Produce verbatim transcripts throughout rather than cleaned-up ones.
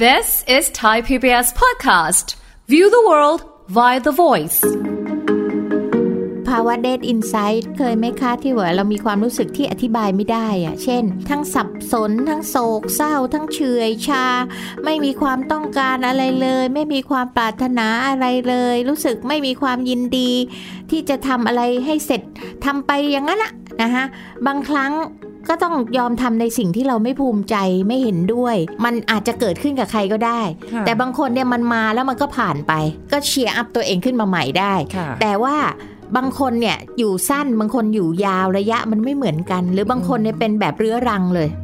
This is Thai พี บี เอส podcast. View the world via the voice. ภาวะ Dead Inside เคยไหมคะที่ว่าเรามีความรู้สึกที่อธิบายไม่ได้อะเช่นทั้งสับสนทั้งโศกเศร้าทั้งเฉื่อยชาไม่มีความต้องการอะไรเลยไม่มีความปรารถนาอะไรเลยรู้สึกไม่มีความยินดีที่จะทำอะไรให้เสร็จทำไปอย่างนั้นอะนะคะบางครั้งก็ต้องยอมทำในสิ่งที่เราไม่ภูมิใจไม่เห็นด้วยมันอาจจะเกิดขึ้นกับใครก็ได้แต่บางคนเนี่ยมันมาแล้วมันก็ผ่านไปก็เชียร์อัพตัวเองขึ้นมาใหม่ได้แต่ว่าบางคนเนี่ยอยู่สั้นบางคนอยู่ยาวระยะมันไม่เหมือนกันหรือบางคนเนี่ยเป็นแบบเรื้อรังเลย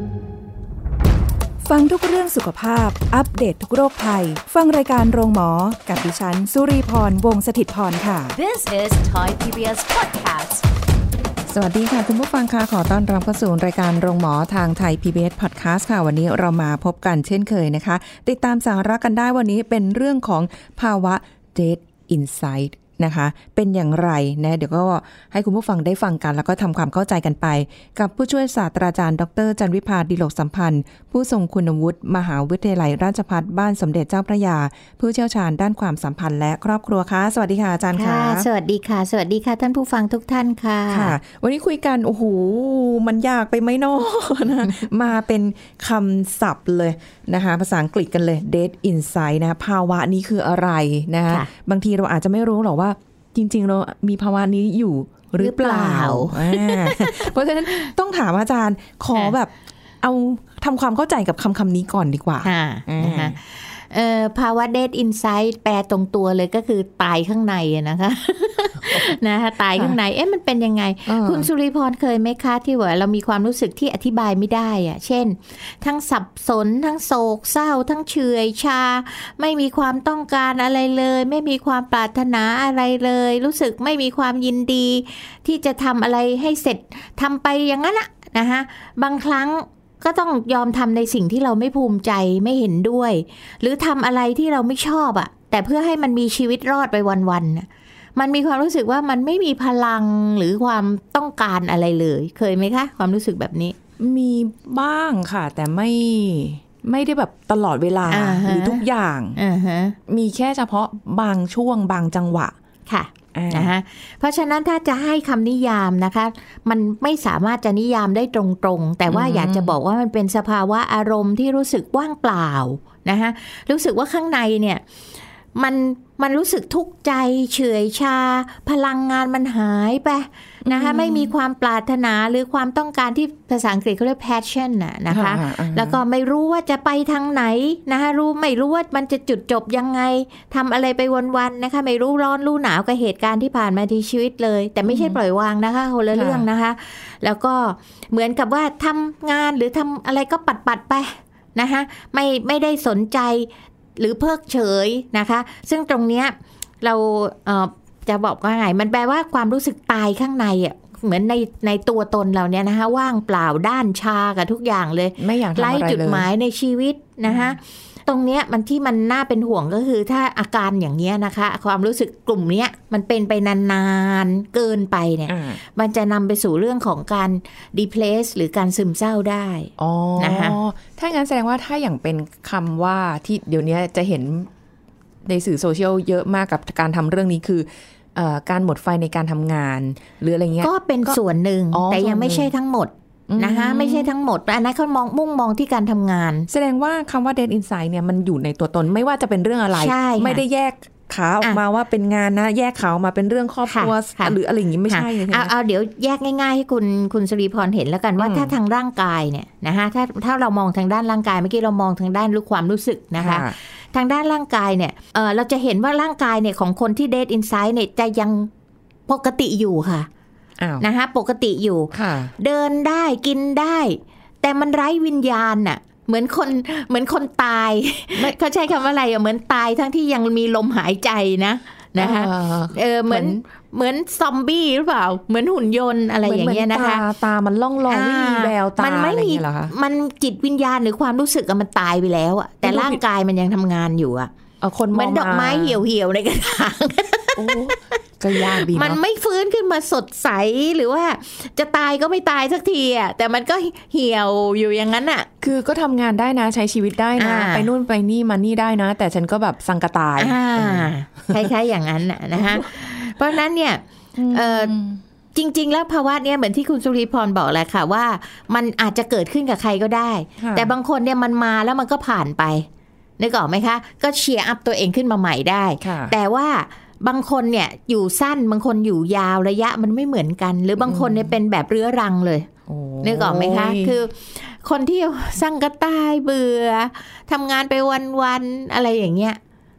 ฟังทุกเรื่องสุขภาพอัปเดต ท, ทุกโรคภัยฟังรายการโรงหมอกับดิฉันสุรีพรวงศ์สถิตย์พรค่ะ This is Thai พี บี เอส podcast สวัสดีค่ะคุณผู้ฟังค่ะขอต้อนรับเข้าสู่รายการโรงหมอทางไทย พี บี เอส Podcast ค่ะวันนี้เรามาพบกันเช่นเคยนะคะติดตามสาระกันได้วันนี้เป็นเรื่องของภาวะ Dead Inside นะคะเป็นอย่างไรนะเดี๋ยวก็ให้คุณผู้ฟังได้ฟังกันแล้วก็ทำความเข้าใจกันไปกับผู้ช่วยศาสตราจารย์ดรจันวิภาดิโลกสัมพันธ์ผู้ทรงคุณวุฒิมหาวิทยาลัยราชภัฏบ้านสมเด็จเจ้าพระยาผู้เชี่ยวชาญด้านความสัมพันธ์และครอบครัวค่ะสวัสดีค่ะอาจารย์ค่ะสวัสดีค่ะสวัสดีค่ะท่านผู้ฟังทุกท่านค่ะค่ะวันนี้คุยกันโอ้โหมันยากไปไหมเนาะนะมาเป็นคำศัพท์เลยนะคะภาษาอังกฤษกันเลย Dead Inside นะภาวะนี้คืออะไรนะคะบางทีเราอาจจะไม่รู้หรอกว่าจริงๆเรามีภาวะนี้อยู่หรือเปล่าเพราะฉะนั้นต้องถามอาจารย์ขอแบบเอาทำความเข้าใจกับคำคำนี้ก่อนดีกว่านะคะเอ่อภาวะ Dead Inside แปลตรงตัวเลยก็คือตายข้างในนะคะนะคะตายข้างในเอ๊ะมันเป็นยังไงคุณสุริพรเคยไหมคะที่ว่าเรามีความรู้สึกที่อธิบายไม่ได้อะเช่นทั้งสับสนทั้งโศกเศร้าทั้งเฉื่อยชาไม่มีความต้องการอะไรเลยไม่มีความปรารถนาอะไรเลยรู้สึกไม่มีความยินดีที่จะทำอะไรให้เสร็จทำไปอย่างนั้นอะนะคะบางครั้งก็ต้องยอมทำในสิ่งที่เราไม่ภูมิใจไม่เห็นด้วยหรือทำอะไรที่เราไม่ชอบอะแต่เพื่อให้มันมีชีวิตรอดไปวันๆมันมีความรู้สึกว่ามันไม่มีพลังหรือความต้องการอะไรเลยเคยไหมคะความรู้สึกแบบนี้มีบ้างค่ะแต่ไม่ไม่ได้แบบตลอดเวลา uh-huh. หรือทุกอย่าง uh-huh. มีแค่เฉพาะบางช่วงบางจังหวะค่ะนะคะเพราะฉะนั้นถ้าจะให้คำนิยามนะคะมันไม่สามารถจะนิยามได้ตรงๆแต่ว่าอยากจะบอกว่ามันเป็นสภาวะอารมณ์ที่รู้สึกว่างเปล่านะคะรู้สึกว่าข้างในเนี่ยมันมันรู้สึกทุกข์ใจเฉื่อยชาพลังงานมันหายไปนะคะไม่มีความปรารถนาหรือความต้องการที่ภาษาอังกฤษเขาเรียก passion น่ะนะคะแล้วก็ไม่รู้ว่าจะไปทางไหนนะคะรู้ไม่รู้ว่ามันจะจุดจบยังไงทำอะไรไปวันๆนะคะไม่รู้ร้อนรู้หนาวกับเหตุการณ์ที่ผ่านมาในชีวิตเลยแต่ไม่ใช่ปล่อยวางนะคะคนละเรื่องนะคะแล้วก็เหมือนกับว่าทำงานหรือทำอะไรก็ปัดๆไปนะคะไม่ไม่ได้สนใจหรือเพิกเฉยนะคะซึ่งตรงเนี้ยเราเอ่อจะบอกว่าไงมันแปลว่าความรู้สึกตายข้างในอ่ะเหมือนในในตัวตนเราเนี่ยนะคะว่างเปล่าด้านชากับทุกอย่างเลยไม่อยากทำอะไรเลยไร้จุดหมายในชีวิตนะคะตรงเนี้ยมันที่มันน่าเป็นห่วงก็คือถ้าอาการอย่างเงี้ยนะคะความรู้สึกกลุ่มเนี้ยมันเป็นไปนานๆเกินไปเนี่ยมันจะนำไปสู่เรื่องของการ depress หรือการซึมเศร้าได้อ๋อนะคะถ้างั้นแสดงว่าถ้าอย่างเป็นคำว่าที่เดี๋ยวนี้จะเห็นในสื่อโซเชียลเยอะมากกับการทำเรื่องนี้คือการหมดไฟในการทำงานหรืออะไรเงี้ยก็เป็นส่วนหนึ่งแต่ยังไม่ใช่ทั้งหมดนะคะไม่ใช่ทั้งหมดอันนั้นเขามองมุ่งมองที่การทำงานแสดงว่าคำว่า Dead Inside เนี่ยมันอยู่ในตัวตนไม่ว่าจะเป็นเรื่องอะไรไม่ได้แยกขาออกมาว่าเป็นงานนะแยกขาออกมาเป็นเรื่องครอบครัวหรืออะไรอย่างนี้ไม่ใช่เลยเอาเอาเดี๋ยวแยกง่ายๆให้คุณคุณสุริพรเห็นแล้วกันว่าถ้าทางร่างกายเนี่ยนะคะถ้าถ้าเรามองทางด้านร่างกายเมื่อกี้เรามองทางด้านรู้ความรู้สึกนะคะทางด้านร่างกายเนี่ยเออเราจะเห็นว่าร่างกายเนี่ยของคนที่ Dead Inside เนี่ยจะยังปกติอยู่ค่ะนะคะปกติอยู่เดินได้กินได้แต่มันไร้วิญญาณน่ะเหมือนคนเหมือนคนตายเขาใช้คำว่าอะไรอ่ะเหมือนตายทั้งที่ยังมีลมหายใจนะนะคะเออเหมือนเหมือนซอมบี้หรือเปล่าเหมือนหุ่นยนต์อะไรอย่างเงี้ยนะคะตาตามันล่องลอยไม่มีแววตาอะไรอย่างเงี้ยเหรอคะมันจิตวิญญาณหรือความรู้สึกมันตายไปแล้วอ่ะแต่ร่างกายมันยังทำงานอยู่อ่ะเหมือนดอกไม้เหี่ยวๆในกระถางก็ยากดีเนาะมันไม่ฟื้นขึ้นมาสดใสหรือว่าจะตายก็ไม่ตายสักทีอ่ะแต่มันก็เหี่ยวอยู่อย่างนั้นอ่ะคือก็ทำงานได้นะใช้ชีวิตได้นะไปนู่นไปนี่มานี่ได้นะแต่ฉันก็แบบสังกะตายคล้ายๆอย่างนั้นนะคะเพราะนั้นเนี่ยจริงๆแล้วภาวะเนี้ยเหมือนที่คุณสุริพรบอกแหละค่ะว่ามันอาจจะเกิดขึ้นกับใครก็ได้แต่บางคนเนี่ยมันมาแล้วมันก็ผ่านไปนึกออกไหมคะก็เชียร์อัพตัวเองขึ้นมาใหม่ได้แต่ว่าบางคนเนี่ยอยู่สั้นบางคนอยู่ยาวระยะมันไม่เหมือนกันหรือบางคนเนี่ยเป็นแบบเรื้อรังเลยนึกออกไหมคะคือคนที่สังกะตายเบื่อทำงานไปวันๆอะไรอย่างเงี้ย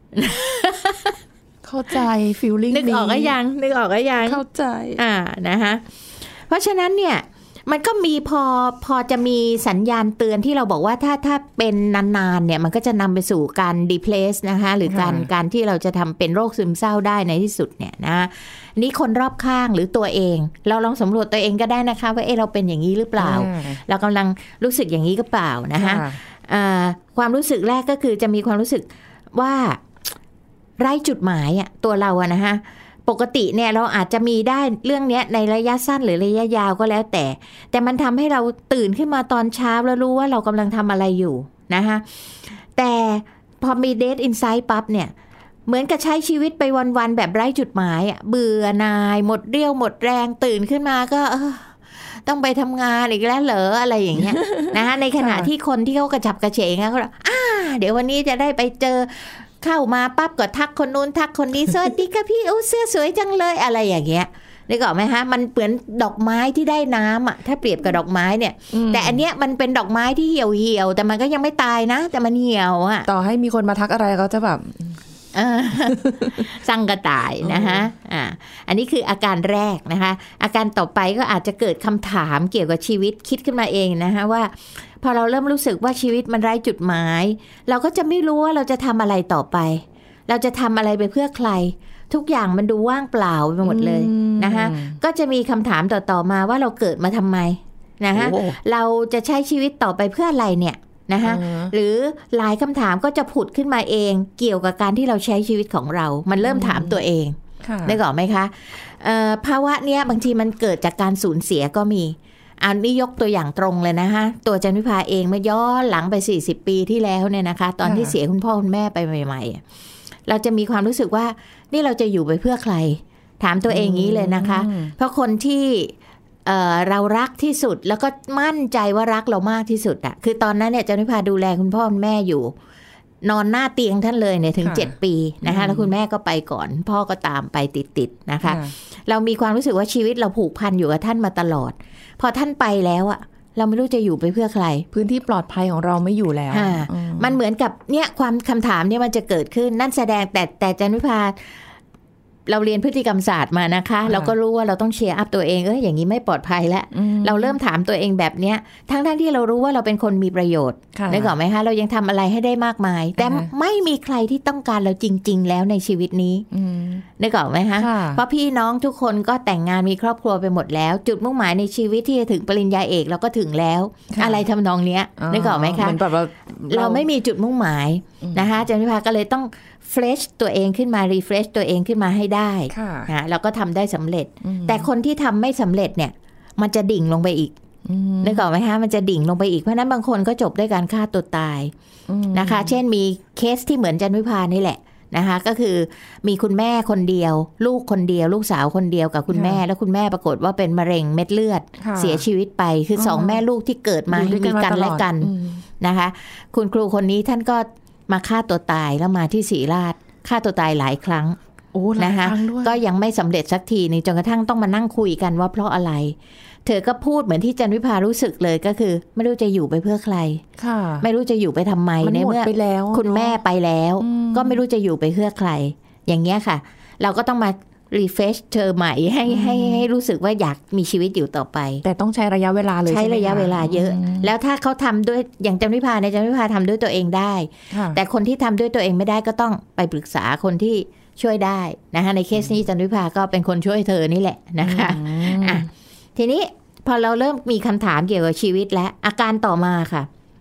เข้าใจฟีลลิ่งนึกออกก็ยังนึกออกก็ยังเข้าใจอ่านะคะเพราะฉะนั้นเนี่ยมันก็มีพอพอจะมีสัญญาณเตือนที่เราบอกว่าถ้าถ้าเป็นนานๆเนี่ยมันก็จะนำไปสู่การ depress นะคะหรือการการที่เราจะทำเป็นโรคซึมเศร้าได้ในที่สุดเนี่ยนะนี่คนรอบข้างหรือตัวเองเราลองสำรวจตัวเองก็ได้นะคะว่าเอ๊ะเราเป็นอย่างนี้หรือเปล่าเรากำลังรู้สึกอย่างนี้ก็เปล่านะคะความรู้สึกแรกก็คือจะมีความรู้สึกว่าไร้จุดหมายอ่ะตัวเราอะนะคะปกติเนี่ยเราอาจจะมีได้เรื่องนี้ในระยะสั้นหรือระยะยาวก็แล้วแต่แต่มันทำให้เราตื่นขึ้นมาตอนเช้าแล้วรู้ว่าเรากำลังทำอะไรอยู่นะคะแต่พอมีเดทอินไซต์ปั๊บเนี่ยเหมือนกับใช้ชีวิตไปวันๆแบบไร้จุดหมายอ่ะเบื่อหน่ายหมดเรี่ยวหมดแรงตื่นขึ้นมาก็เออต้องไปทำงานอีกแล้วเหรออะไรอย่างเงี้ยนะคะในขณะที่คนที่เขากระฉับกระเฉงเขาบอกอ่าเดี๋ยววันนี้จะได้ไปเจอเข้ามาปั๊บก็ทักคนนู้นทักคนนี้สวัสดีค่ะพี่โอ้เสื้อสวยจังเลยอะไรอย่างเงี้ยนึกออกไหมฮะมันเหมือนดอกไม้ที่ได้น้ำอ่ะถ้าเปรียบกับดอกไม้เนี่ยแต่อันเนี้ยมันเป็นดอกไม้ที่เหี่ยวเหี่ยวแต่มันก็ยังไม่ตายนะแต่มันเหี่ยวอ่ะต่อให้มีคนมาทักอะไรเขาจะแบบสั่งกระต่ายนะคะอ่าอันนี้คืออาการแรกนะคะอาการต่อไปก็อาจจะเกิดคำถามเกี่ยวกับชีวิตคิดขึ้นมาเองนะคะว่าพอเราเริ่มรู้สึกว่าชีวิตมันไร้จุดหมายเราก็จะไม่รู้ว่าเราจะทำอะไรต่อไปเราจะทำอะไรไปเพื่อใครทุกอย่างมันดูว่างเปล่าไปหมดเลยนะคะก็จะมีคำถามต่อๆมาว่าเราเกิดมาทำไมนะคะเราจะใช้ชีวิตต่อไปเพื่ออะไรเนี่ยนะคะหรือหลายคำถามก็จะผุดขึ้นมาเองเกี่ยวกับการที่เราใช้ชีวิตของเรามันเริ่มถามตัวเองได้ก่อนไหมคะภาวะเนี้ยบางทีมันเกิดจากการสูญเสียก็มีอันนี้ยกตัวอย่างตรงเลยนะคะตัวจันวิภาเองเมื่อย้อนหลังไปสี่สิบปีที่แล้วเนี่ยนะคะตอนที่เสียคุณพ่อคุณแม่ไปใหม่ๆเราจะมีความรู้สึกว่านี่เราจะอยู่ไปเพื่อใครถามตัวเองงี้เลยนะคะเพราะคนที่เอ่อเรารักที่สุดแล้วก็มั่นใจว่ารักเรามากที่สุดอะคือตอนนั้นเนี่ยจันวิภาดูแลคุณพ่อคุณแม่อยู่นอนหน้าเตียงท่านเลยเนี่ยถึงเจ็ดปีนะคะแล้วคุณแม่ก็ไปก่อนพ่อก็ตามไปติดๆนะคะเรามีความรู้สึกว่าชีวิตเราผูกพันอยู่กับท่านมาตลอดพอท่านไปแล้วอะเราไม่รู้จะอยู่ไปเพื่อใครพื้นที่ปลอดภัยของเราไม่อยู่แล้วมันเหมือนกับเนี่ยความคำถามเนี่ยมันจะเกิดขึ้นนั่นแสดงแต่แต่จันวิภาเราเรียนพฤติกรรมศาสตร์มานะคะเราก็รู้ว่าเราต้องเชียร์อัพตัวเองเอออย่างนี้ไม่ปลอดภัยแล้วเราเริ่มถามตัวเองแบบเนี้ยทั้งทั้งที่เรารู้ว่าเราเป็นคนมีประโยชน์นึกออกไหมคะเรายังทำอะไรให้ได้มากมายแต่ไม่มีใครที่ต้องการเราจริงๆแล้วในชีวิตนี้นึกออกไหมคะเพราะพี่น้องทุกคนก็แต่งงานมีครอบครัวไปหมดแล้วจุดมุ่งหมายในชีวิตที่จะถึงปริญญาเอกเราก็ถึงแล้วอะไรทำนองเนี้ยนึกออกไหมคะเราไม่มีจุดมุ่งหมายนะคะจันวิภาก็เลยต้องเฟรชตัวเองขึ้นมารีเฟรชตัวเองขึ้นมาให้ได้นะแล้วก็ทำได้สำเร็จแต่คนที่ทำไม่สำเร็จเนี่ยมันจะดิ่งลงไปอีกนึกออกไหมคะมันจะดิ่งลงไปอีกเพราะนั้นบางคนก็จบด้วยการฆ่าตัวตายนะคะเช่นมีเคสที่เหมือนจันวิภานี่แหละนะคะก็คือมีคุณแม่คนเดียวลูกคนเดียวลูกสาวคนเดียวกับคุณแม่แล้วคุณแม่ปรากฏว่าเป็นมะเร็งเม็ดเลือดเสียชีวิตไปคือสองแม่ลูกที่เกิดมาให้มีกันและกันนะคะคุณครูคนนี้ท่านก็มาฆ่าตัวตายแล้วมาที่ศรีราชฆ่าตัวตายหลายครั้งนะคะก็ยังไม่สำเร็จสักทีนึงจนกระทั่งต้องมานั่งคุยกันว่าเพราะอะไรเธอก็พูดเหมือนที่จันวิภารู้สึกเลยก็คือไม่รู้จะอยู่ไปเพื่อใครไม่รู้จะอยู่ไปทำไมในเมื่อคุณแม่ไปแล้วก็ไม่รู้จะอยู่ไปเพื่อใครอย่างเงี้ยค่ะเราก็ต้องมารีเฟรชเธอใหม่ให้ให้ให้รู้สึกว่าอยากมีชีวิตอยู่ต่อไปแต่ต้องใช้ระยะเวลาเลยใช้ระยะเวลาเยอะแล้วถ้าเขาทำด้วยอย่างจันวิภาในจันวิภาทำด้วยตัวเองได้แต่คนที่ทำด้วยตัวเองไม่ได้ก็ต้องไปปรึกษาคนที่ช่วยได้นะคะในเคสนี้จันวิภาก็เป็นคนช่วยเธอนี่แหละนะคะอ่ะทีนี้พอเราเริ่มมีคำถามเกี่ยวกับชีวิตและอาการต่อมาค่ะ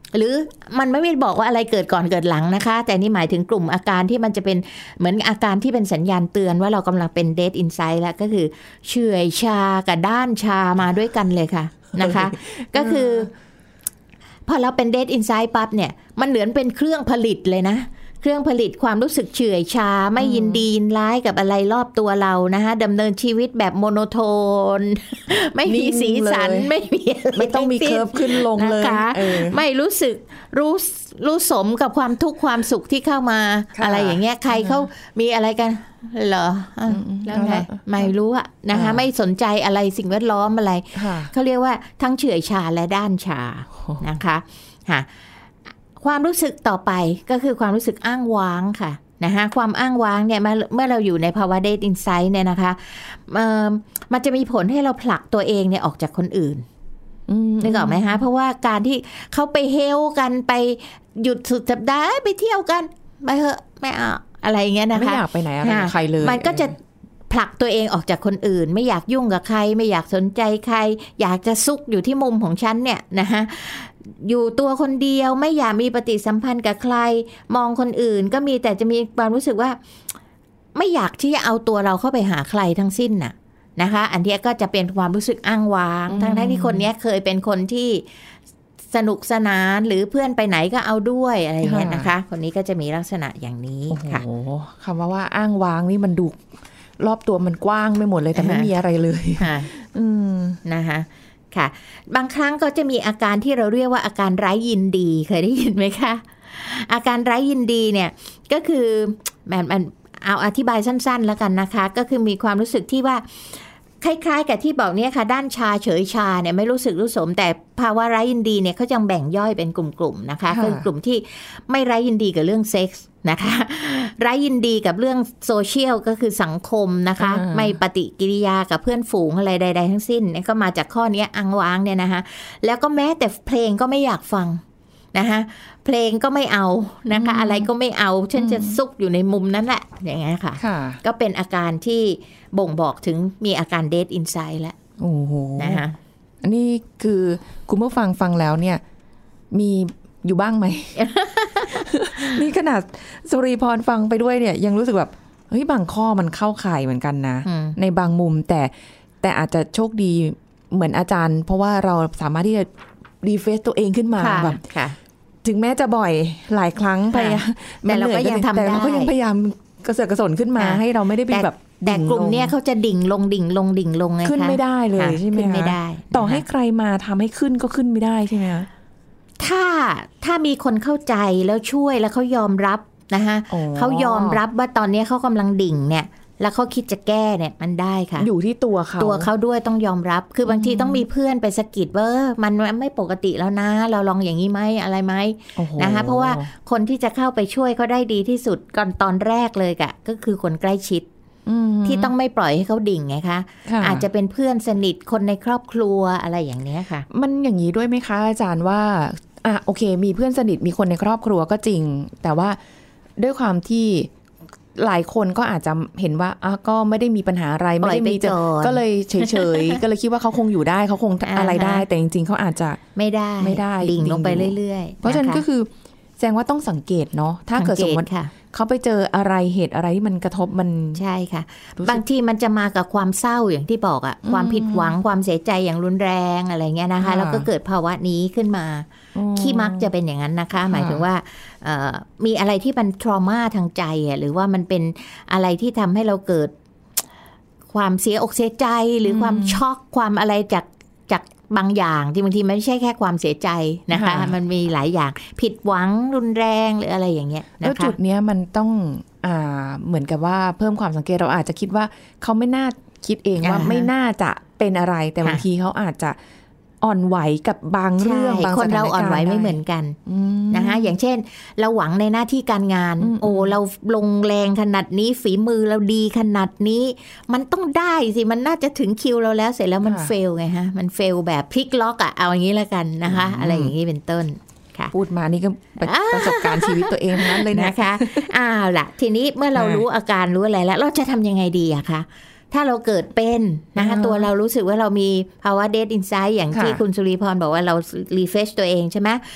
หรือมันไม่ได้บอกว่าอะไรเกิดก่อนเกิดหลังนะคะแต่นี่หมายถึงกลุ่มอาการที่มันจะเป็นเหมือนอาการที่เป็นสัญญาณเตือนว่าเรากำลังเป็น dead inside แล้วก็คือเฉื่อยชากับด้านชามาด้วยกันเลยค่ะนะคะ ก็คือพอเราเป็น dead inside ปั๊บเนี่ยมันเหมือนเป็นเครื่องผลิตเลยนะเครื่องผลิตความรู้สึกเฉื่อยชาไม่ยินดียินร้ายกับอะไรรอบตัวเรานะคะดำเนินชีวิตแบบโมโนโทน ไม่มีสีสันไม่มีไม่ต้องมีเคิร์ฟขึ้นลงเลยนะคะไม่รู้สึกรู้รู้สมกับความทุกข์ความสุขที่เข้ามาอะไรอย่างเงี้ยใครเขามีอะไรกันเหรอแล้วไงไม่รู้อะนะคะไม่สนใจอะไรสิ่งแวดล้อมอะไรเขาเรียกว่าทั้งเฉื่อยชาและด้านชานะคะค่ะความรู้สึกต่อไปก็คือความรู้สึกอ้างว้างค่ะนะคะความอ้างว้างเนี่ยเมื่อเราอยู่ในภาวะ dead inside เนี่ยนะคะมันจะมีผลให้เราผลักตัวเองเนี่ยออกจากคนอื่นนึกออกไหมคะเพราะว่าการที่เขาไปเฮลกันไปหยุดสุดสัปดาห์ไปเที่ยวกันไปเถอะไม่เอาอะไรอย่างเงี้ยนะคะไม่อยากไปไหนอะไรใครเลยมันก็จะผลักตัวเองออกจากคนอื่นไม่อยากยุ่งกับใครไม่อยากสนใจใครอยากจะซุกอยู่ที่มุมของฉันเนี่ยนะคะอยู่ตัวคนเดียวไม่อยากมีปฏิสัมพันธ์กับใครมองคนอื่นก็มีแต่จะมีความรู้สึกว่าไม่อยากที่จะเอาตัวเราเข้าไปหาใครทั้งสิ้นน่ะนะคะอันนี้ก็จะเป็นความรู้สึกอ้างว้างทั้งทั้งที่คนนี้เคยเป็นคนที่สนุกสนานหรือเพื่อนไปไหนก็เอาด้วยอะไรอย่างเงี้ยนะคะคนนี้ก็จะมีลักษณะอย่างนี้ค่ะโอ้โหคำว่าว่าอ้างว้างนี่มันดูรอบตัวมันกว้างไม่หมดเลยแต่ไม่มีอะไรเลยอืมนะคะค่ะบางครั้งก็จะมีอาการที่เราเรียกว่าอาการไร้ยินดีเคยได้ยินไหมคะอาการไร้ยินดีเนี่ยก็คือแบบมันเอาอธิบายสั้นๆแล้วกันนะคะก็คือมีความรู้สึกที่ว่าคล้ายๆกับที่บอกเนี่ยค่ะด้านชาเฉยชาเนี่ยไม่รู้สึกรู้สมแต่ภาวะไร้ยินดีเนี่ยเขาจะแบ่งย่อยเป็นกลุ่มๆนะคะคือกลุ่มที่ไม่ไร้ยินดีกับเรื่องเซ็กส์นะคะไร้ยินดีกับเรื่องโซเชียลก็คือสังคมนะคะไม่ปฏิกิริยากับเพื่อนฝูงอะไรใดๆทั้งสิ้นเนี่ยก็มาจากข้อนี้อังว้างเนี่ยนะคะแล้วก็แม้แต่เพลงก็ไม่อยากฟังนะคะเพลงก็ไม่เอานะคะอะไรก็ไม่เอาฉันจะซุกอยู่ในมุมนั้นแหละอย่างเงี้ยค่ะก็เป็นอาการที่บ่งบอกถึงมีอาการ dead inside แล้วโอ้โหนะคะอันนี้คือคุณผู้ฟังฟังแล้วเนี่ยมีอยู่บ้างไหม นี่ขนาดสุริพรฟังไปด้วยเนี่ยยังรู้สึกแบบเฮ้ยบางข้อมันเข้าข่ายเหมือนกันนะในบางมุมแต่แต่อาจจะโชคดีเหมือนอาจารย์เพราะว่าเราสามารถที่จะรีเฟรชตัวเองขึ้นมาแบบถึงแม้จะบ่อยหลายครั้งไปแต่เราก็ยังทำได้แต่เราก็ยังพยายามกระเสือกกระสนขึ้นมาให้เราไม่ได้เป็นแบบแต่กลุ่มเนี้ยเขาจะดิ่งลงดิ่งลงดิ่งลงไงคะขึ้นไม่ได้เลยใช่ไหมขึ้นไม่ได้ต่อให้ใครมาทำให้ขึ้นก็ขึ้นไม่ได้ใช่ไหมคะถ้าถ้ามีคนเข้าใจแล้วช่วยแล้วเขายอมรับนะคะเขายอมรับว่าตอนนี้เขากำลังดิ่งเนี่ยแล้วเขาคิดจะแก้เนี่ยมันได้ค่ะอยู่ที่ตัวเขาตัวเขาด้วยต้องยอมรับคือบางทีต้องมีเพื่อนไปสะกิดว่ามันไม่ปกติแล้วนะเราลองอย่างนี้ไหมอะไรไหมนะคะเพราะว่าคนที่จะเข้าไปช่วยเขาได้ดีที่สุดก่อนตอนแรกเลยกะก็คือคนใกล้ชิดที่ต้องไม่ปล่อยให้เขาดิ่งไงคะอาจจะเป็นเพื่อนสนิทคนในครอบครัวอะไรอย่างนี้ค่ะมันอย่างนี้ด้วยไหมคะอาจารย์ว่าอ่ะโอเคมีเพื่อนสนิทมีคนในครอบครัวก็จริงแต่ว่าด้วยความที่หลายคนก็อาจจะเห็นว่าอ่ะก็ไม่ได้มีปัญหาอะไรไม่ได้มีก็เลยเฉยๆ ก็เลยคิดว่าเขาคงอยู่ได้เขาคงอะไรได้แต่จริงๆเขาอาจจะไม่ได้ไม่ได้ดิ่งลงไปเรื่อยๆเพราะฉะนั้นก็คือแสดงว่าต้องสังเกตเนาะถ้าเกิดสมมติเขาไปเจออะไรเหตุอะไรที่มันกระทบมันใช่ค่ะบางทีมันจะมากับความเศร้าอย่างที่บอกอะความผิดหวังความเสียใจอย่างรุนแรงอะไรเงี้ยนะคะแล้วก็เกิดภาวะนี้ขึ้นมาขี้มักจะเป็นอย่างนั้นนะคะหมายถึงว่ามีอะไรที่มันทรมาทางใจอะหรือว่ามันเป็นอะไรที่ทำให้เราเกิดความเสียอกเสียใจหรือความช็อกความอะไรจากจากบางอย่างที่บางทีไม่ใช่แค่ความเสียใจนะคะมันมีหลายอย่างผิดหวังรุนแรงหรืออะไรอย่างเงี้ยนะคะแล้วจุดเนี้ยมันต้องอ่าเหมือนกับว่าเพิ่มความสังเกตเราอาจจะคิดว่าเขาไม่น่าคิดเองว่าไม่น่าจะเป็นอะไรแต่บางทีเขาอาจจะอ่อนไหวกับบางเรื่องบางสถานการณ์คนเราอ่อนไหวไม่เหมือนกันนะคะอย่างเช่นเราหวังในหน้าที่การงานโอ้เราลงแรงขนาดนี้ฝีมือเราดีขนาดนี้มันต้องได้สิมันน่าจะถึงคิวเราแล้วเสร็จแล้วมันเฟลไงฮะมันเฟลแบบพลิกล็อกอะเอาอย่างนี้แล้วกันนะคะอะไรอย่างนี้เป็นต้นพูดมานี่ก็ประสบการณ์ชีวิตตัวเองนั้นเลยนะคะอ้าวล่ะทีนี้เมื่อเรารู้อาการรู้อะไรแล้วเราจะทำยังไงดีอะคะถ้าเราเกิดเป็นนะคะตัวเรารู้สึกว่าเรามีภาวะ dead inside อย่างที่คุณสุริพรบอกว่าเรา refresh ตัวเองใช่ไหม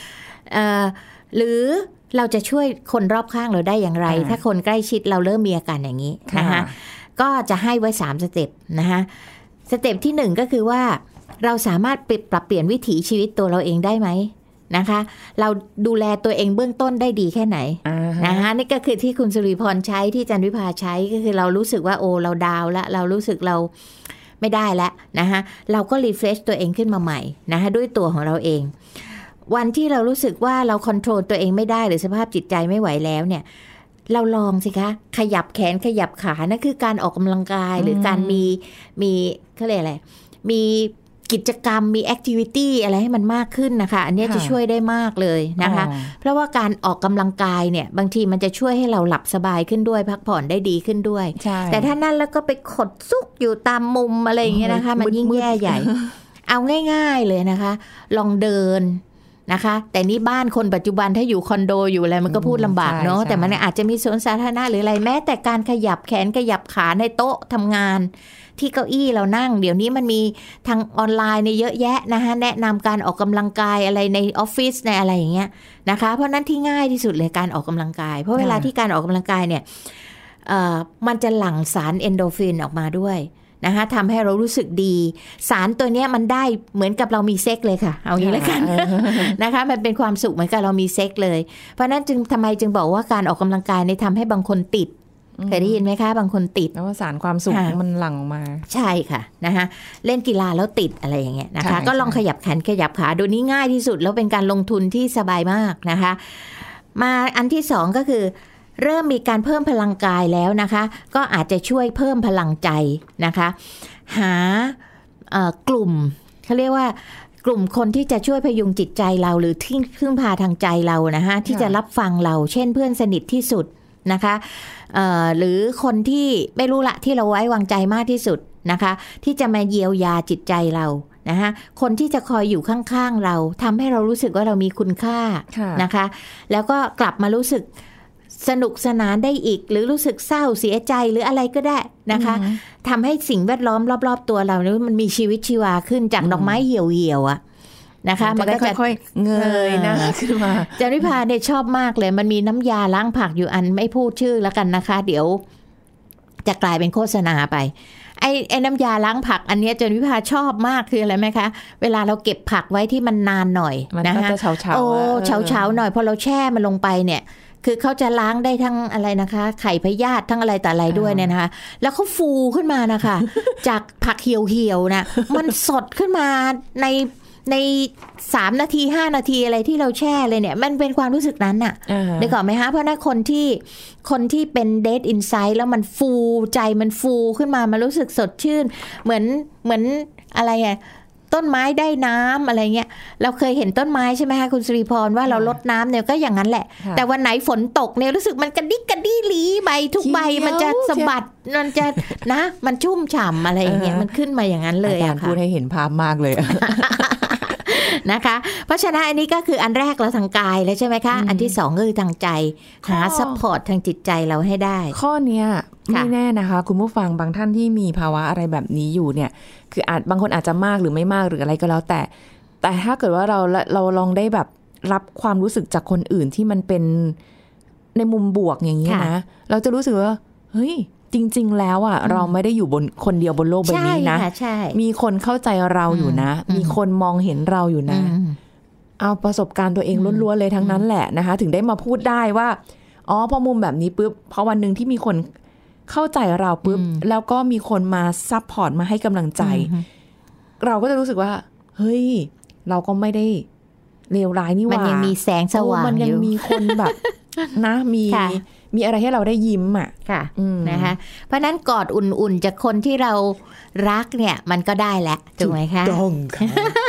เอ่อหรือเราจะช่วยคนรอบข้างเราได้อย่างไรถ้าคนใกล้ชิดเราเริ่มมีอาการอย่างนี้นะคะก็จะให้ไว้สามสเต็ปนะคะสเต็ปที่หนึ่งก็คือว่าเราสามารถปรับเปลี่ยนวิถีชีวิตตัวเราเองได้ไหมนะคะเราดูแลตัวเองเบื้องต้นได้ดีแค่ไหน uh-huh. นะคะนี่ก็คือที่คุณสุริพรใช้ที่จันวิภาใช้ก็คือเรารู้สึกว่าโอ้เราดาวแล้วเรารู้สึกเราไม่ได้แล้วนะคะเราก็รีเฟรชตัวเองขึ้นมาใหม่นะคะด้วยตัวของเราเองวันที่เรารู้สึกว่าเราคอนโทรลตัวเองไม่ได้หรือสภาพจิตใจไม่ไหวแล้วเนี่ยเราลองสิคะขยับแขนขยับขานั่นคือการออกกำลังกายหรือการมีมีเขาเรียกอะไรมีกิจกรรมมีแอคทิวิตี้อะไรให้มันมากขึ้นนะคะอันนี้จะช่วยได้มากเลยนะคะเพราะว่าการออกกำลังกายเนี่ยบางทีมันจะช่วยให้เราหลับสบายขึ้นด้วยพักผ่อนได้ดีขึ้นด้วยแต่ถ้านั่นแล้วก็ไปขดซุกอยู่ตามมุมอะไรอย่างเงี้ยนะคะมันยิ่งแย่ใหญ่ เอาง่ายๆเลยนะคะลองเดินนะคะแต่นี่บ้านคนปัจจุบันถ้าอยู่คอนโดอยู่อะไรมันก็พูดลำบากเนาะแต่มันอาจจะมีสวนสาธารณะหรืออะไรแม้แต่การขยับแขนขยับขาในโต๊ะทำงานที่เก้าอี้เรานั่งเดี๋ยวนี้มันมีทางออนไลน์ในเยอะแยะนะคะแนะนำการออกกำลังกายอะไรในออฟฟิศในอะไรอย่างเงี้ยนะคะเพราะนั้นที่ง่ายที่สุดเลยการออกกำลังกายเพราะเวลาที่การออกกำลังกายเนี่ยเอ่อมันจะหลั่งสารเอนโดรฟินออกมาด้วยนะคะทำให้เรารู้สึกดีสารตัวนี้มันได้เหมือนกับเรามีเซ็กเลยค่ะเอางี้แล้วกัน นะคะมันเป็นความสุขเหมือนกับเรามีเซ็กเลยเพราะนั้นจึงทำไมจึงบอกว่าการออกกำลังกายในทำให้บางคนติดเคยได้ยินไหมคะบางคนติดแล้วว่าสารความสุขมันหลั่งออกมาใช่ค่ะนะคะเล่นกีฬาแล้วติดอะไรอย่างเงี้ยนะคะก็ลองขยับแขนขยับขาดูนี้ง่ายที่สุดแล้วเป็นการลงทุนที่สบายมากนะคะมาอันที่สองก็คือเริ่มมีการเพิ่มพลังกายแล้วนะคะก็อาจจะช่วยเพิ่มพลังใจนะคะหากลุ่มเขาเรียกว่ากลุ่มคนที่จะช่วยพยุงจิตใจเราหรือที่พึ่งพาทางใจเรานะคะที่จะรับฟังเราเช่นเพื่อนสนิทที่สุดนะคะหรือคนที่ไม่รู้ละที่เราไว้วางใจมากที่สุดนะคะที่จะมาเยียวยาจิตใจเรานะคะคนที่จะคอยอยู่ข้างๆเราทำให้เรารู้สึกว่าเรามีคุณค่านะคะแล้วก็กลับมารู้สึกสนุกสนานได้อีกหรือรู้สึกเศร้าเสียใจหรืออะไรก็ได้นะคะทำให้สิ่งแวดล้อมรอบๆตัวเราเนี่ยมันมีชีวิตชีวาขึ้นจากดอกไม้เหี่ยวๆอ่ะนะคะมันก็จะค่อยๆเงยหน้าขึ้นมาจันวิภาเนี่ยชอบมากเลยมันมีน้ำยาล้างผักอยู่อันไม่พูดชื่อแล้วกันนะคะเดี๋ยวจะกลายเป็นโฆษณาไปไอ้ไอ้น้ำยาล้างผักอันนี้จันวิภาชอบมากคืออะไรไหมคะเวลาเราเก็บผักไว้ที่มันนานหน่อยนะคะเฉาเฉาโอ้เฉาเฉาหน่อยพอเราแช่มันลงไปเนี่ยคือเขาจะล้างได้ทั้งอะไรนะคะไข่พยาธิทั้งอะไรแต่อะไรด้วยเนี่ยนะคะแล้วเขาฟูขึ้นมานะคะจากผักเหี่ยวๆนะมันสดขึ้นมาในในสามนาทีห้านาทีอะไรที่เราแช่เลยเนี่ยมันเป็นความรู้สึกนั้นน่ะได้ก่อนไหมคะเพราะนั้นคนที่คนที่เป็นเดทอินไซด์แล้วมันฟูใจมันฟูขึ้นมามันรู้สึกสดชื่นเหมือนเหมือนอะไรอะต้นไม้ได้น้ำอะไรเงี้ยเราเคยเห็นต้นไม้ใช่ไหมคะคุณสุริพรว่าเราลดน้ำเนี่ยก็อย่างนั้นแหละแต่วันไหนฝนตกเนี่ยรู้สึกมันกระดิกกระดี้หลีใบทุกใบมันจะสะบัดมันจะนะมันชุ่มฉ่ำอะไรอย่างเงี้ยมันขึ้นมาอย่างนั้นเลยอะค่ะพูดให้เห็นภาพมากเลยนะคะเพราะฉะนั้นอันนี้ก็คืออันแรกเราทางกายแล้วใช่ไหมคะอันที่สองก็คือทางใจหาซัพพอร์ตทางจิตใจเราให้ได้ข้อเนี้ยไม่แน่นะคะคุณผู้ฟังบางท่านที่มีภาวะอะไรแบบนี้อยู่เนี่ยคืออาจบางคนอาจจะมากหรือไม่มากหรืออะไรก็แล้วแต่แต่ถ้าเกิดว่าเราเราลองได้แบบรับความรู้สึกจากคนอื่นที่มันเป็นในมุมบวกอย่างนี้นะเราจะรู้สึกว่าเฮ้ยจริงๆแล้วอ่ะเราไม่ได้อยู่บนคนเดียวบนโลกใบนี้นะมีคนเข้าใจเราอยู่นะมีคนมองเห็นเราอยู่นะเอาประสบการณ์ตัวเองล้วนๆเลยทั้งนั้นแหละนะคะถึงได้มาพูดได้ว่าอ๋อพอมุมแบบนี้ปุ๊บพอวันนึงที่มีคนเข้าใจเราปุ๊บแล้วก็มีคนมาซัพพอร์ตมาให้กำลังใจเราก็จะรู้สึกว่าเฮ้ยเราก็ไม่ได้เลวร้ายนี่หว่ามันยังมีแสงสว่างมันยังมีคนแบบนะมีมีอะไรให้เราได้ยิ้มอ่ะค่ะนะคะเพราะนั้นกอดอุ่นๆจากคนที่เรารักเนี่ยมันก็ได้แหละถูกไหมคะต้องค่ะ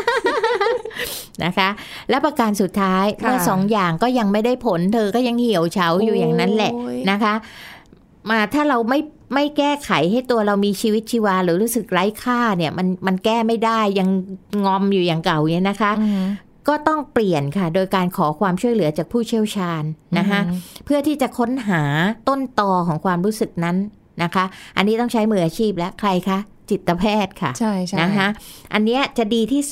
นะคะและประการสุดท้ายเมื่อสองอย่างก็ยังไม่ได้ผลเธอก็ยังเหี่ยวเฉาอยู่อย่างนั้นแหละนะคะมาถ้าเราไม่ไม่แก้ไขให้ตัวเรามีชีวิตชีวาหรือรู้สึกไร้ค่าเนี่ยมันมันแก้ไม่ได้ยังงอมอยู่อย่างเก่าเนี่ยนะคะก็ต้องเปลี่ยนค่ะโดยการขอความช่วยเหลือจากผู้เชี่ยวชาญนะคะเพื่อที่จะค้นหาต้นตอของความรู้สึกนั้นนะคะอันนี้ต้องใช้มืออาชีพและใครคะจิตแพทย์ค่ะใช่ใช่นะคะอันนี้จะดีที่สุด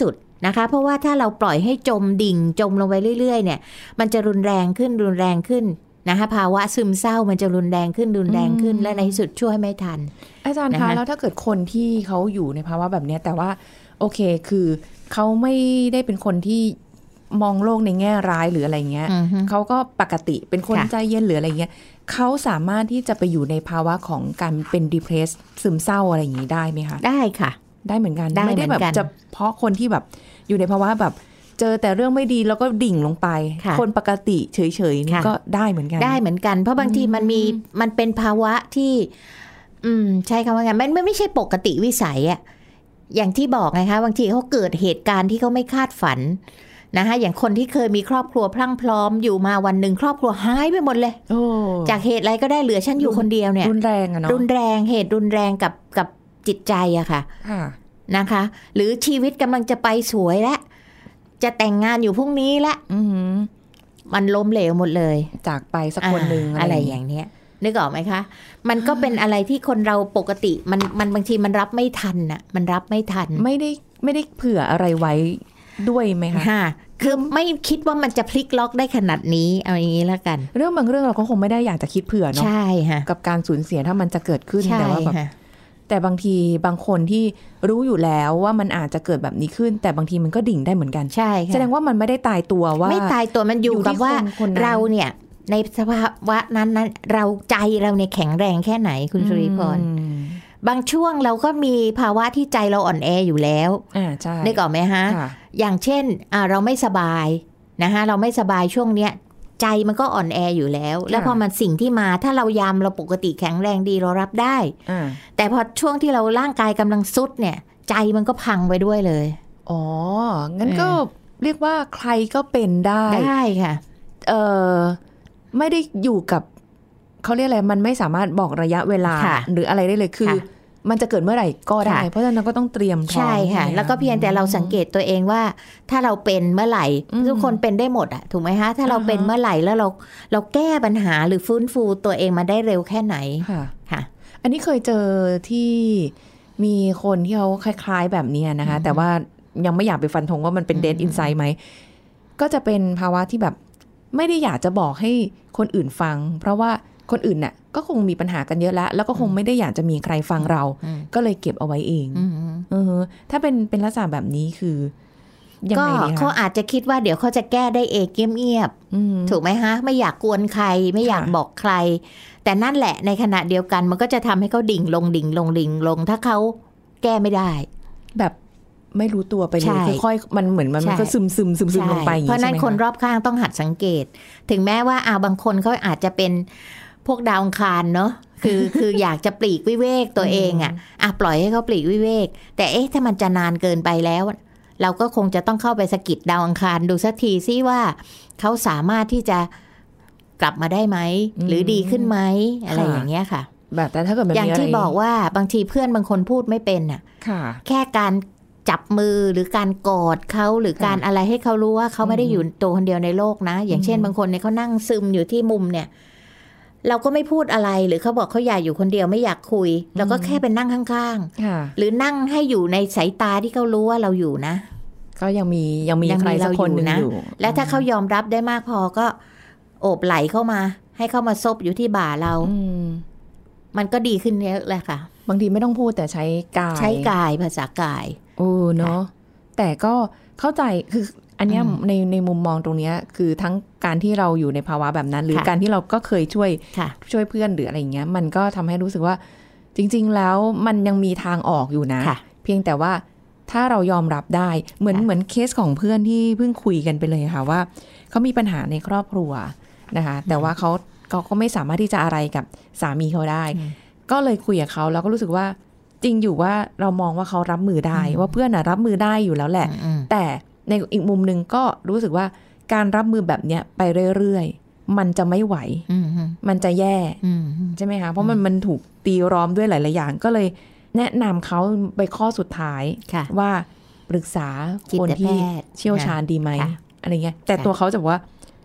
นะคะเพราะว่าถ้าเราปล่อยให้จมดิ่งจมลงไปเรื่อยๆเนี่ยมันจะรุนแรงขึ้นรุนแรงขึ้นนะคะภาวะซึมเศร้ามันจะรุนแรงขึ้นรุนแรงขึ้นและในที่สุดช่วยไม่ทันอาจารย์คะแล้วถ้าเกิดคนที่เขาอยู่ในภาวะแบบนี้แต่ว่าโอเคคือเขาไม่ได้เป็นคนที่มองโลกในแง่ร้ายหรืออะไรเงี้ยเขาก็ปกติเป็นคนใจเย็นหรืออะไรเงี้ยเขาสามารถที่จะไปอยู่ในภาวะของการเป็น depress ซึมเศร้าอะไรอย่างนี้ได้ไหมคะได้ค่ะได้เหมือนกันไม่ได้แบบเฉพาะคนที่แบบอยู่ในภาวะแบบเจอแต่เรื่องไม่ดีแล้วก็ดิ่งลงไปคนปกติเฉยๆนี่ก็ได้เหมือนกันได้เหมือนกันเพราะบางทีมันมีมันเป็นภาวะที่อืมใช่คำว่าไงมันไม่ใช่ปกติวิสัยอะอย่างที่บอกไงคะบางทีเขาเกิดเหตุการณ์ที่เขาไม่คาดฝันนะคะอย่างคนที่เคยมีครอบครัวพรั่งพร้อมอยู่มาวันหนึ่งครอบครัวหายไปหมดเลยจากเหตุอะไรก็ได้เหลือฉันอยู่คนเดียวเนี่ยรุนแรงอะเนาะรุนแรงเหตุรุนแรงกับกับจิตใจอะค่ะนะคะหรือชีวิตกำลังจะไปสวยแล้วจะแต่งงานอยู่พรุ่งนี้ละมันล้มเหลวหมดเลยจากไปสักคนหนึ่งอ, อะไรอย่างเนี้ยนึกออกไหมคะมันก็เป็นอะไรที่คนเราปกติมันมันบางทีมันรับไม่ทันน่ะมันรับไม่ทันไม่ได้ไม่ได้เผื่ออะไรไว้ด้วยไหมคะค่ะคือไม่คิดว่ามันจะพลิกล็อกได้ขนาดนี้เอาอย่างนี้แล้วกันเรื่องบางเรื่องเราก็คงไม่ได้อยากจะคิดเผื่อเนาะใช่ค่ะกับการสูญเสียถ้ามันจะเกิดขึ้นแต่ว่าแบบแต่บางทีบางคนที่รู้อยู่แล้วว่ามันอาจจะเกิดแบบนี้ขึ้นแต่บางทีมันก็ดิ่งได้เหมือนกันใช่แสดงว่ามันไม่ได้ตายตัวว่าไม่ตายตัวมันอยู่กับว่าเราเนี่ยในสภาวะนั้นนั้นเราใจเราเนี่ยแข็งแรงแค่ไหนคุณสุริพรบางช่วงเราก็มีภาวะที่ใจเราอ่อนแออยู่แล้วได้ก่อนไหมฮะอย่างเช่นเราไม่สบายนะคะเราไม่สบายช่วงเนี้ยใจมันก็อ่อนแออยู่แล้วแล้วพอมันสิ่งที่มาถ้าเรายามเราปกติแข็งแรงดีเรารับได้แต่พอช่วงที่เราร่างกายกำลังซุดเนี่ยใจมันก็พังไปด้วยเลยอ๋องั้นก็เรียกว่าใครก็เป็นได้ได้ค่ะเออไม่ได้อยู่กับเขาเรียกอะไรมันไม่สามารถบอกระยะเวลาหรืออะไรได้เลยคือมันจะเกิดเมื่อไหร่ก็ได้เพราะฉะนั้นก็ต้องเตรียมพร้อมใช่ค่ะแล้วก็เพียงแต่เราสังเกตตัวเองว่าถ้าเราเป็นเมื่อไหร่ทุกคนเป็นได้หมดอะถูกไหมคะถ้าเราเป็นเมื่อไหร่แล้วเราเราแก้ปัญหาหรือฟื้นฟูตัวเองมาได้เร็วแค่ไหนค่ะค่ะอันนี้เคยเจอที่มีคนที่เขาคล้ายๆแบบนี้นะคะแต่ว่ายังไม่อยากไปฟันธงว่ามันเป็นเดดอินไซด์ไหมก็จะเป็นภาวะที่แบบไม่ได้อยากจะบอกให้คนอื่นฟังเพราะว่าคนอื่นน่ะก็คงมีปัญหากันเยอะแล้วแล้วก็คงไม่ได้อยากจะมีใครฟังเราก็เลยเก็บเอาไว้เองเออถ้าเป็นเป็นลักษณะแบบนี้คือยังไงดีคะเขาอาจจะคิดว่าเดี๋ยวเขาจะแก้ได้เองเงียบๆถูกไหมฮะไม่อยากกวนใครไม่อยากบอกใครแต่นั่นแหละในขณะเดียวกันมันก็จะทำให้เขาดิ่งลงดิ่งลงดิ่งลงถ้าเขาแก้ไม่ได้แบบไม่รู้ตัวไปเลยค่อยๆมันเหมือนมันก็ซึมซึมซึมซึมลงไปเพราะนั้นคนรอบข้างต้องหัดสังเกตถึงแม้ว่าอ่าบางคนเขาอาจจะเป็นพวกดาวอังคารเนาะคือคืออยากจะปลีกวิเวกตัวเองอ่ะอ่ะปล่อยให้เขาปลีกวิเวกแต่เอ๊ะถ้ามันจะนานเกินไปแล้วเราก็คงจะต้องเข้าไปสะกิดดาวอังคารดูสักทีซิว่าเขาสามารถที่จะกลับมาได้ไหมหรือดีขึ้นไหมอะไรอย่างเงี้ยค่ะแบบแต่ถ้าเกิดอย่างที่บอกว่าบางทีเพื่อนบางคนพูดไม่เป็นอ่ะแค่การจับมือหรือการกอดเขาหรือการอะไรให้เขารู้ว่าเขาไม่ได้อยู่ตัวคนเดียวในโลกนะอย่างเช่นบางคนเนี่ยเขานั่งซึมอยู่ที่มุมเนี่ยเราก็ไม่พูดอะไรหรือเขาบอกเขาอยากอยู่คนเดียวไม่อยากคุยเราก็แค่เป็นนั่งข้างๆหรือนั่งให้อยู่ในสายตาที่เขารู้ว่าเราอยู่นะก็ยังมียังมีใครสักคนหนึ่งอยู่และถ้าเขายอมรับได้มากพอก็โอบไหลเข้ามาให้เข้ามาซบอยู่ที่บ่าเรามันก็ดีขึ้นเยอะเลยค่ะบางทีไม่ต้องพูดแต่ใช้กายใช้กายภาษากายโอ้เนาะแต่ก็เข้าใจคืออันนี้ในในมุมมองตรงนี้คือทั้งการที่เราอยู่ในภาวะแบบนั้นหรือการที่เราก็เคยช่วยช่วยเพื่อนหรืออะไรเงี้ยมันก็ทำให้รู้สึกว่าจริงๆแล้วมันยังมีทางออกอยู่นะเพียงแต่ว่าถ้าเรายอมรับได้เหมือนเหมือนเคสของเพื่อนที่เพิ่งคุยกันไปเลยค่ะว่าเขามีปัญหาในครอบครัวนะคะแต่ว่าเขาเขาก็ไม่สามารถที่จะอะไรกับสามีเขาได้ก็เลยคุยกับเขาแล้วก็รู้สึกว่าจริงอยู่ว่าเรามองว่าเขารับมือได้ว่าเพื่อนน่ะรับมือได้อยู่แล้วแหละแต่ในอีกมุมนึงก็รู้สึกว่าการรับมือแบบเนี้ยไปเรื่อยๆมันจะไม่ไหวมันจะแย่ใช่ไหมคะเพราะมันมันถูกตีร้อมด้วยหลายๆอย่างก็เลยแนะนำเขาไปข้อสุดท้ายว่าปรึกษาคนที่เชี่ยวชาญดีไหมอะไรเงี้ยแต่ตัวเขาจะบอกว่าไป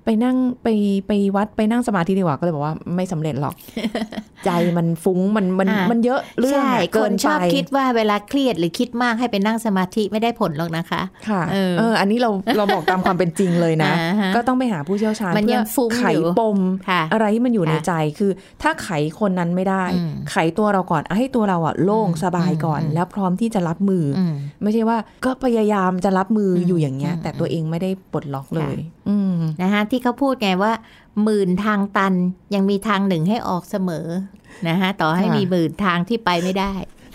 ไปนั่งไปไปวัดไปนั่งสมาธิดีกว่าก็เลยบอกว่าไม่สำเร็จหรอก ใจมันฟุ้งมันมันมันเยอะเรื่องเกินไปคนชอบคิดว่าเวลาเครียดหรือคิดมากให้ไปนั่งสมาธิไม่ได้ผลหรอกนะคะค่ะเออเอออันนี้เราเราบอกตามความเป็นจริงเลยนะก็ต้องไปหาผู้เชี่ยวชาญเพื่อไขปมอะไรที่มันอยู่ในใจคือถ้าไขคนนั้นไม่ได้ไขตัวเราก่อนให้ตัวเราอ่ะโล่งสบายก่อนแล้วพร้อมที่จะรับมือไม่ใช่ว่าก็พยายามจะรับมืออยู่อย่างเงี้ยแต่ตัวเองไม่ได้ปลดล็อกเลยนะคะที่เขาพูดไงว่าหมื่นทางตันยังมีทางหนึ่งให้ออกเสมอนะคะต่อให้มีหมื่นทางที่ไปไม่ได้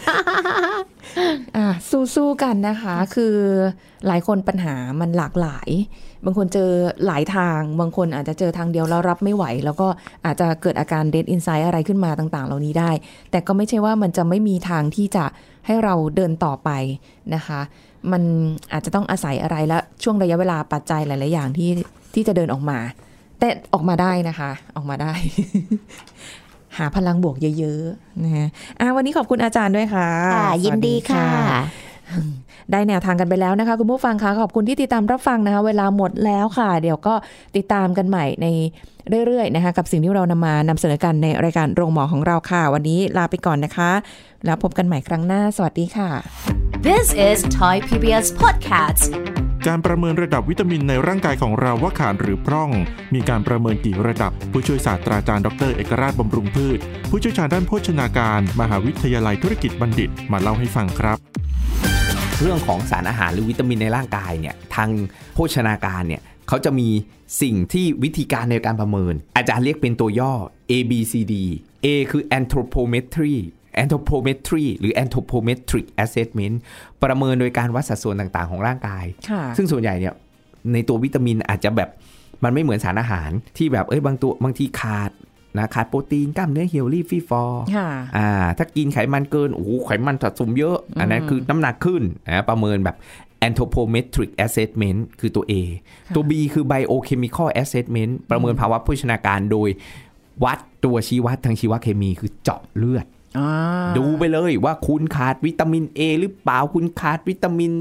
อ่ะสู้ๆกันนะคะคือหลายคนปัญหามันหลากหลายบางคนเจอหลายทางบางคนอาจจะเจอทางเดียวแล้วรับไม่ไหวแล้วก็อาจจะเกิดอาการ dead inside อะไรขึ้นมาต่างๆเหล่านี้ได้แต่ก็ไม่ใช่ว่ามันจะไม่มีทางที่จะให้เราเดินต่อไปนะคะมันอาจจะต้องอาศัยอะไรและช่วงระยะเวลาปัจจัยหลายๆอย่างที่ที่จะเดินออกมาแต่ออกมาได้นะคะออกมาได้ หาพลังบวกเยอะๆนะฮะอ่ะวันนี้ขอบคุณอาจารย์ด้วยค่ะยินดีค่ะได้แนวทางกันไปแล้วนะคะคุณผู้ฟังคะขอบคุณที่ติดตามรับฟังนะคะเวลาหมดแล้วค่ะเดี๋ยวก็ติดตามกันใหม่ในเรื่อยๆนะคะกับสิ่งที่เรานำมานำเสนอกันในรายการโรงหมอของเราค่ะวันนี้ลาไปก่อนนะคะแล้วพบกันใหม่ครั้งหน้าสวัสดีค่ะ This is Thai พี บี เอส Podcast การประเมินระดับวิตามินในร่างกายของเราว่าขาดหรือพร่องมีการประเมินกี่ระดับผู้ช่วยศาสตราจารย์ดรเอกราชบำรุงพืชผู้เชี่ยวชาญด้านโภชนาการมหาวิทยาลัยธุรกิจบัณฑิตมาเล่าให้ฟังครับเรื่องของสารอาหารหรือวิตามินในร่างกายเนี่ยทางโภชนาการเนี่ยเขาจะมีสิ่งที่วิธีการในการประเมินอาจารย์เรียกเป็นตัวย่อ A B C D A คือ anthropometry anthropometry หรือ anthropometric assessment ประเมินโดยการวัดสัดส่วนต่างๆของร่างกายซึ่งส่วนใหญ่เนี่ยในตัววิตามินอาจจะแบบมันไม่เหมือนสารอาหารที่แบบเอ้ยบางตัวบางทีขาดนะขาดโปรตีนกล้ามเนื้อเฮลลี่ฟรีฟอร์อ่าถ้ากินไขมันเกินโอ้โหไขมันสะสมเยอะอันนั้นคือน้ำหนักขึ้นนะประเมินแบบ anthropometric assessment คือตัว A ตัว B คือ biochemical assessment ประเมินภาวะโภชนาการโดยวัดตัวชี้วัดทางชีวเคมีคือเจาะเลือดดูไปเลยว่าคุณขาดวิตามิน A หรือเปล่าคุณขาดวิตามิน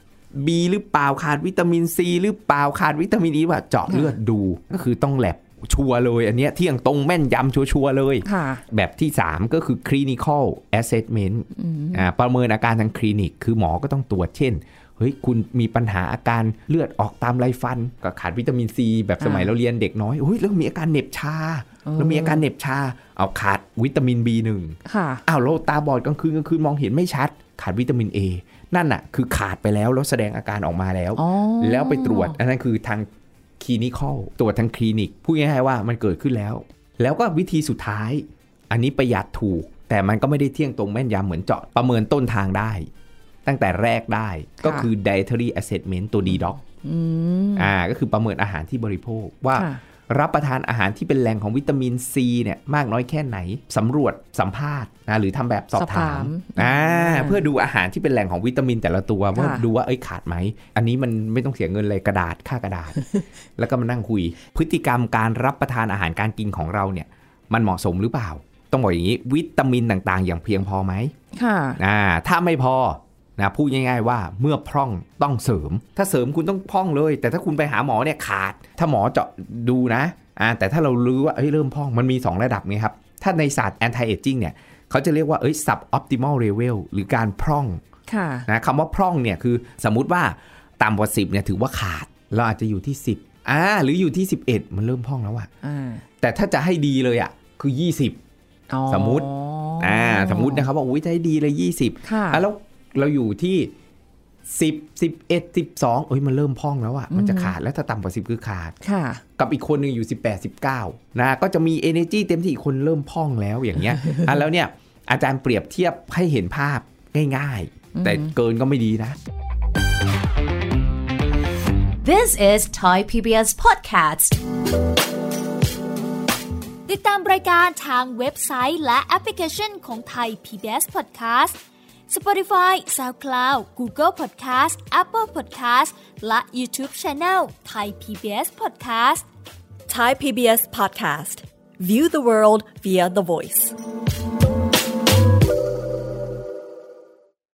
B หรือเปล่าขาดวิตามิน C หรือเปล่าขาดวิตามิน E ว่าเจาะเลือดดูก็คือต้องแลบชัวร์เลยอันเนี้ยเที่ยงตรงแม่นยำชัวร์เลยแบบที่สามก็คือ clinical assessment อ่าประเมินอาการทางคลินิกคือหมอก็ต้องตรวจเช่นเฮ้ยคุณมีปัญหาอาการเลือดออกตามไรฟันก็ขาดวิตามิน C แบบสมัยเราเรียนเด็กน้อยเฮ้ยแล้วมีอาการเหน็บชาแล้วมีอาการเหน็บชาเอาขาดวิตามิน บี หนึ่ง ค่ะอ้าวเราตาบอดกลางคืนกลางคืนมองเห็นไม่ชัดขาดวิตามิน A นั่นน่ะคือขาดไปแล้วแล้วแสดงอาการออกมาแล้วแล้วไปตรวจอันนั้นคือทางคลินิคอลตรวจทางคลินิกพูดง่ายๆว่ามันเกิดขึ้นแล้วแล้วก็วิธีสุดท้ายอันนี้ประหยัดถูกแต่มันก็ไม่ได้เที่ยงตรงแม่นยำเหมือนเจาะประเมินต้นทางได้ตั้งแต่แรกได้ก็คือ dietary assessment ตัว ดี ด็อก อืมอ่าก็คือประเมินอาหารที่บริโภคว่ารับประทานอาหารที่เป็นแหล่งของวิตามิน C เนี่ยมากน้อยแค่ไหนสำรวจสัมภาษณ์นะหรือทำแบบสอบถามอ่าเพื่อดูอาหารที่เป็นแหล่งของวิตามินแต่ละตัวว่าดูว่าเอ้ยขาดไหมอันนี้มันไม่ต้องเสียเงินเลยกระดาษค่ากระดาษ แล้วก็มานั่งคุยพฤติกรรมการรับประทานอาหารการกินของเราเนี่ยมันเหมาะสมหรือเปล่าต้องบอกอย่างนี้วิตามินต่างๆอย่างเพียงพอไหมค่ะอ่าถ้าไม่พอนะพูดง่ายๆว่าเมื่อพร่องต้องเสริมถ้าเสริมคุณต้องพร่องเลยแต่ถ้าคุณไปหาหมอเนี่ยขาดถ้าหมอเจาะดูนะอ่าแต่ถ้าเรารู้ว่าเอ้ยเริ่มพร่องมันมีสองระดับไงครับถ้าในศาสตร์ anti aging เนี่ยเขาจะเรียกว่าเอ้ย sub optimal level หรือการพร่องค่ะนะคำว่าพร่องเนี่ยคือสมมุติว่าต่ำกว่าสิบเนี่ยถือว่าขาดเราอาจจะอยู่ที่สิบอ่าหรืออยู่ที่สิบเอ็ดมันเริ่มพร่องแล้วอ่ะแต่ถ้าจะให้ดีเลยอ่ะคือยี่สิบสมมุติอ่าสมมุตินะครับว่าอุ้ยจะให้ดีเลยยี่สิบค่ะแล้วเราอยู่ที่สิบ สิบเอ็ด สิบสองเอ้ยมันเริ่มพองแล้วอ่ะมันจะขาดแล้วถ้าต่ำกว่าสิบคือขาดค่ะกับอีกคนนึงอยู่สิบแปด สิบเก้านะก็จะมี energy เต็มที่อีกคนเริ่มพองแล้วอย่างเงี้ยอ่ะแล้วเนี่ยอาจารย์เปรียบเทียบให้เห็นภาพง่ายๆแต่เกินก็ไม่ดีนะ This is Thai พี บี เอส Podcast ติดตามรายการทางเว็บไซต์และแอปพลิเคชันของ Thai พี บี เอส Podcast Spotify, SoundCloud, Google Podcast, Apple Podcast และ YouTube Channel Thai พี บี เอส Podcast Thai พี บี เอส Podcast View the world via the voice